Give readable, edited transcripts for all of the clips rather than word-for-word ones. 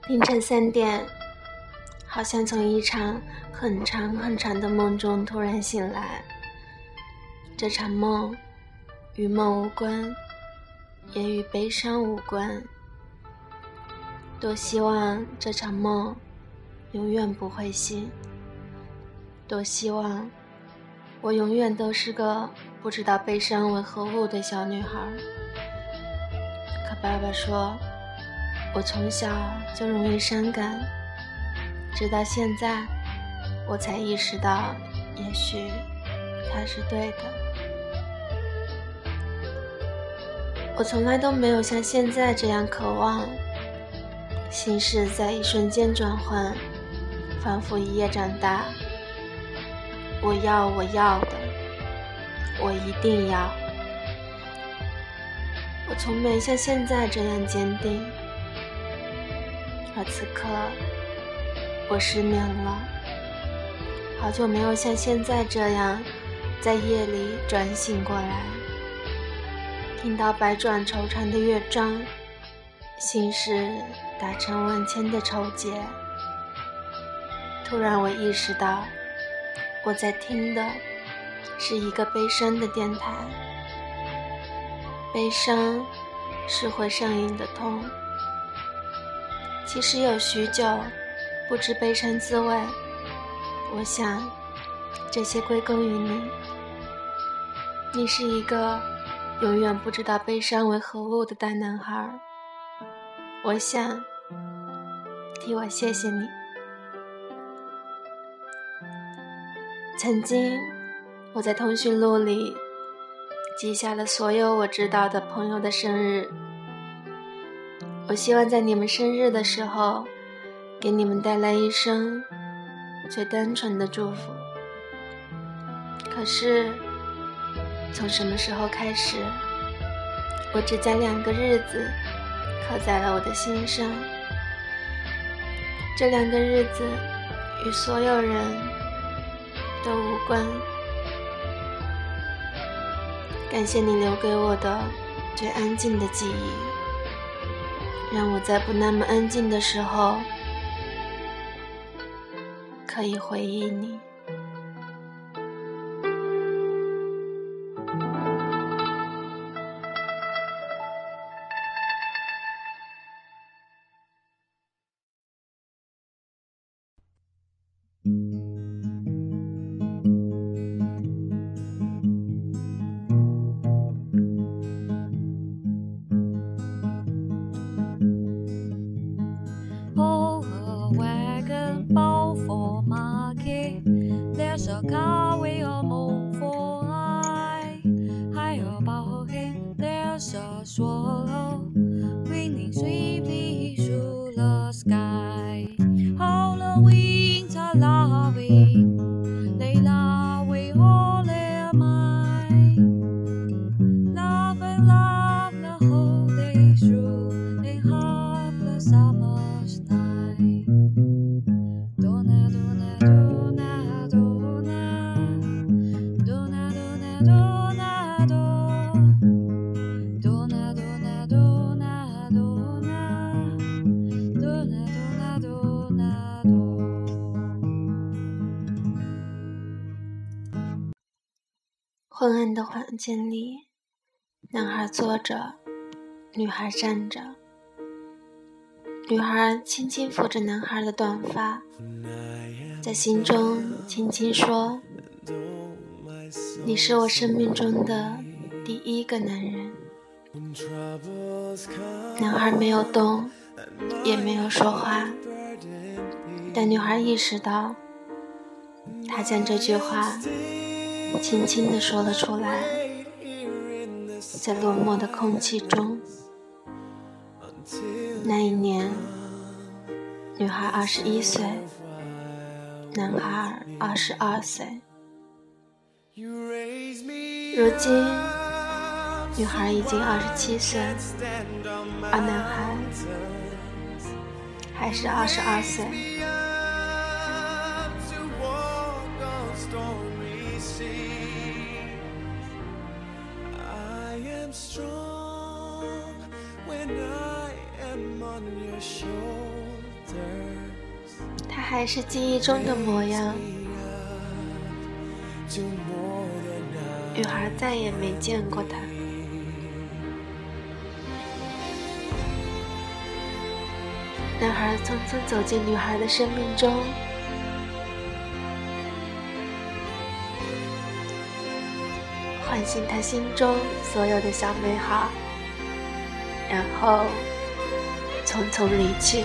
凌晨3点，好像从一场很长很长的梦中突然醒来。这场梦与梦无关，也与悲伤无关。多希望这场梦永远不会醒，多希望我永远都是个不知道悲伤为何物的小女孩。可爸爸说，我从小就容易伤感，直到现在我才意识到，也许他是对的。我从来都没有像现在这样渴望，心事在一瞬间转换，仿佛一夜长大。我要的，我一定要。我从没像现在这样坚定，而此刻我失眠了，好久没有像现在这样在夜里转醒过来，听到百转惆怅的乐章，心事打成万千的愁结。突然我意识到，我在听的是一个悲伤的电台。悲伤是会上瘾的痛，其实有许久不知悲伤滋味，我想这些归功于你。你是一个永远不知道悲伤为何物的大男孩，我想替我谢谢你。曾经我在通讯录里记下了所有我知道的朋友的生日，我希望在你们生日的时候给你们带来一声最单纯的祝福。可是从什么时候开始，我只将2个日子刻在了我的心上，这2个日子与所有人都无关。感谢你留给我的最安静的记忆，让我在不那么安静的时候可以回忆你。 There's a car we all move for I higher above him, there's a swallow winging swiftly through the sky. How the winds are laughing, they laugh with all their might. Laugh and laugh the whole day through, and half the summer's night. Donna, donna, donna, donna, donna, donna, donna, donna, donna, donna, donna, donna, donna, donna. 昏暗的房间里，男孩坐着，女孩站着。女孩轻轻抚着男孩的短发，在心中轻轻说，你是我生命中的第一个男人。男孩没有动，也没有说话，但女孩意识到，他将这句话轻轻地说了出来，在落寞的空气中。那一年，女孩21岁，男孩22岁。如今，女孩已经27岁，而男孩还是22岁。 Strong when I am on your shoulder. 他还是记忆中的模样。女孩再也没见过他。男孩匆匆走进女孩的生命中，唤醒她心中所有的小美好，然后匆匆离去，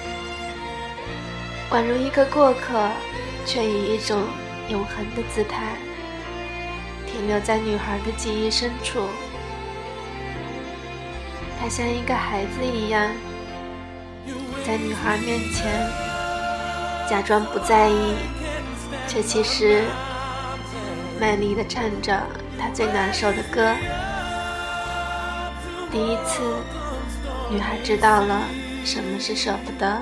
宛如一个过客，却以一种永恒的姿态停留在女孩的记忆深处。他像一个孩子一样，在女孩面前假装不在意，却其实卖力地唱着她最难受的歌。第一次，女孩知道了什么是舍不得。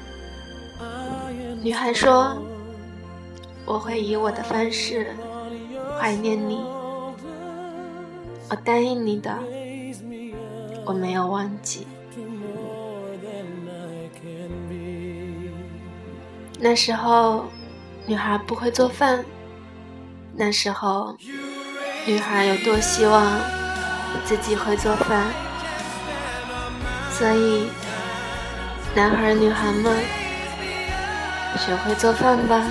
女孩说，我会以我的方式怀念你，我答应你的，我没有忘记。那时候女孩不会做饭，那时候女孩有多希望自己会做饭，所以男孩女孩们学会做饭吧。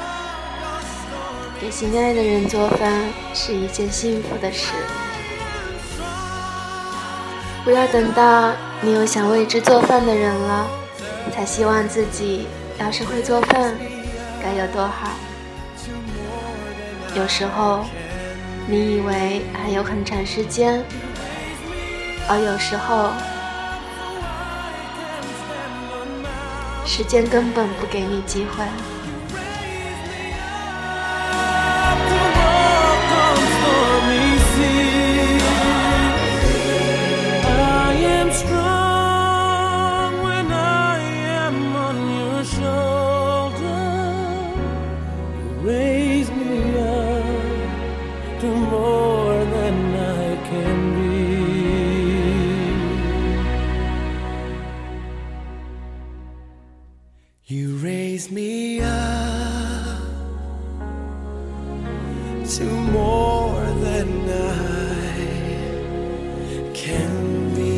给心爱的人做饭是一件幸福的事，不要等到你有想为之做饭的人了，才希望自己要是会做饭该有多好。有时候你以为还有很长时间，而有时候时间根本不给你机会。 You raise me up to more than I can be.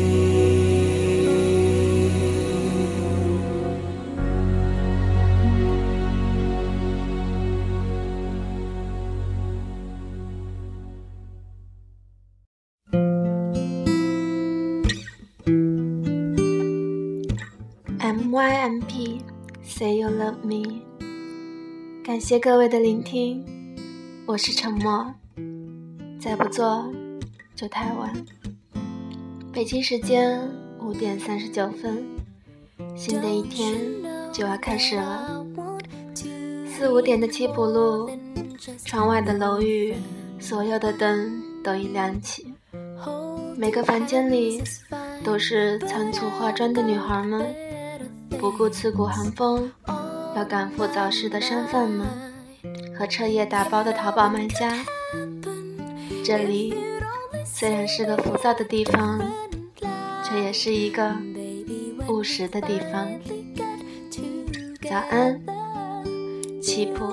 MYMP Say you love me。 感谢各位的聆听，我是沉默，再不做就太晚。北京时间5点39分，新的一天就要开始了。4、5点的七浦路，窗外的楼宇，所有的灯都已亮起，每个房间里都是仓促化妆的女孩们，不顾刺骨寒风要赶赴早市的商贩们和彻夜打包的淘宝卖家。这里虽然是个浮躁的地方，却也是一个务实的地方。早安，七浦。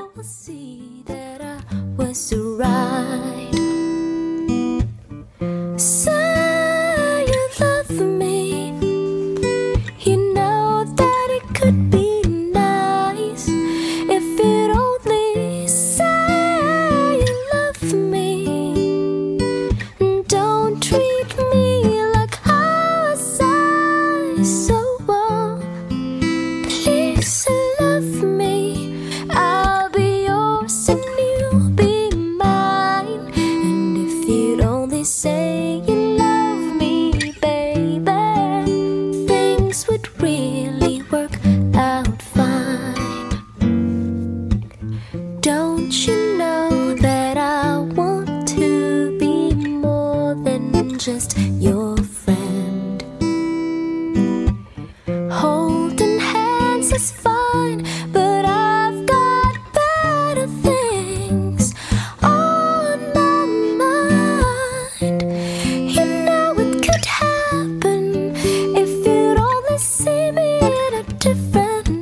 Just your friend. Holding hands is fine, but I've got better things on my mind. You know it could happen if you'd only see me in a different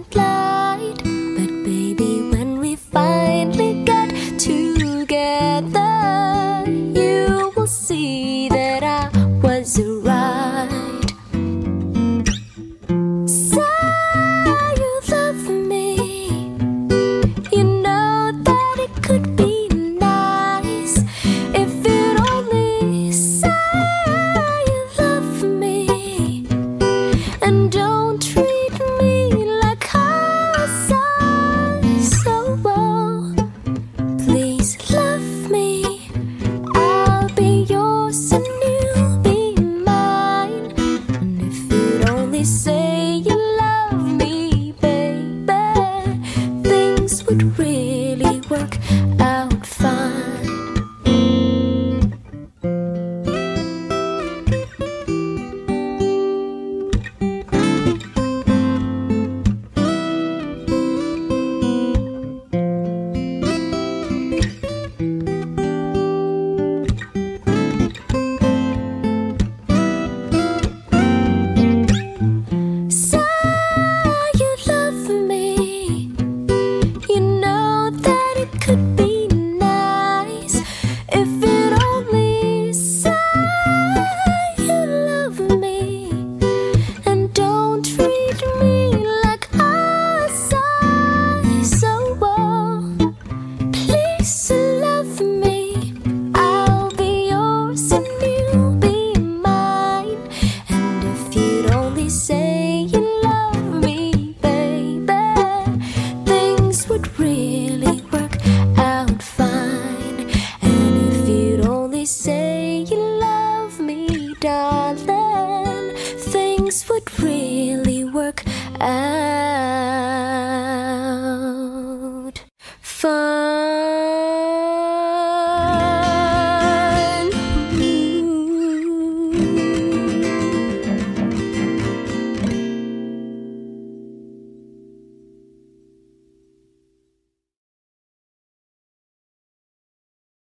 darling, things would really work out fine.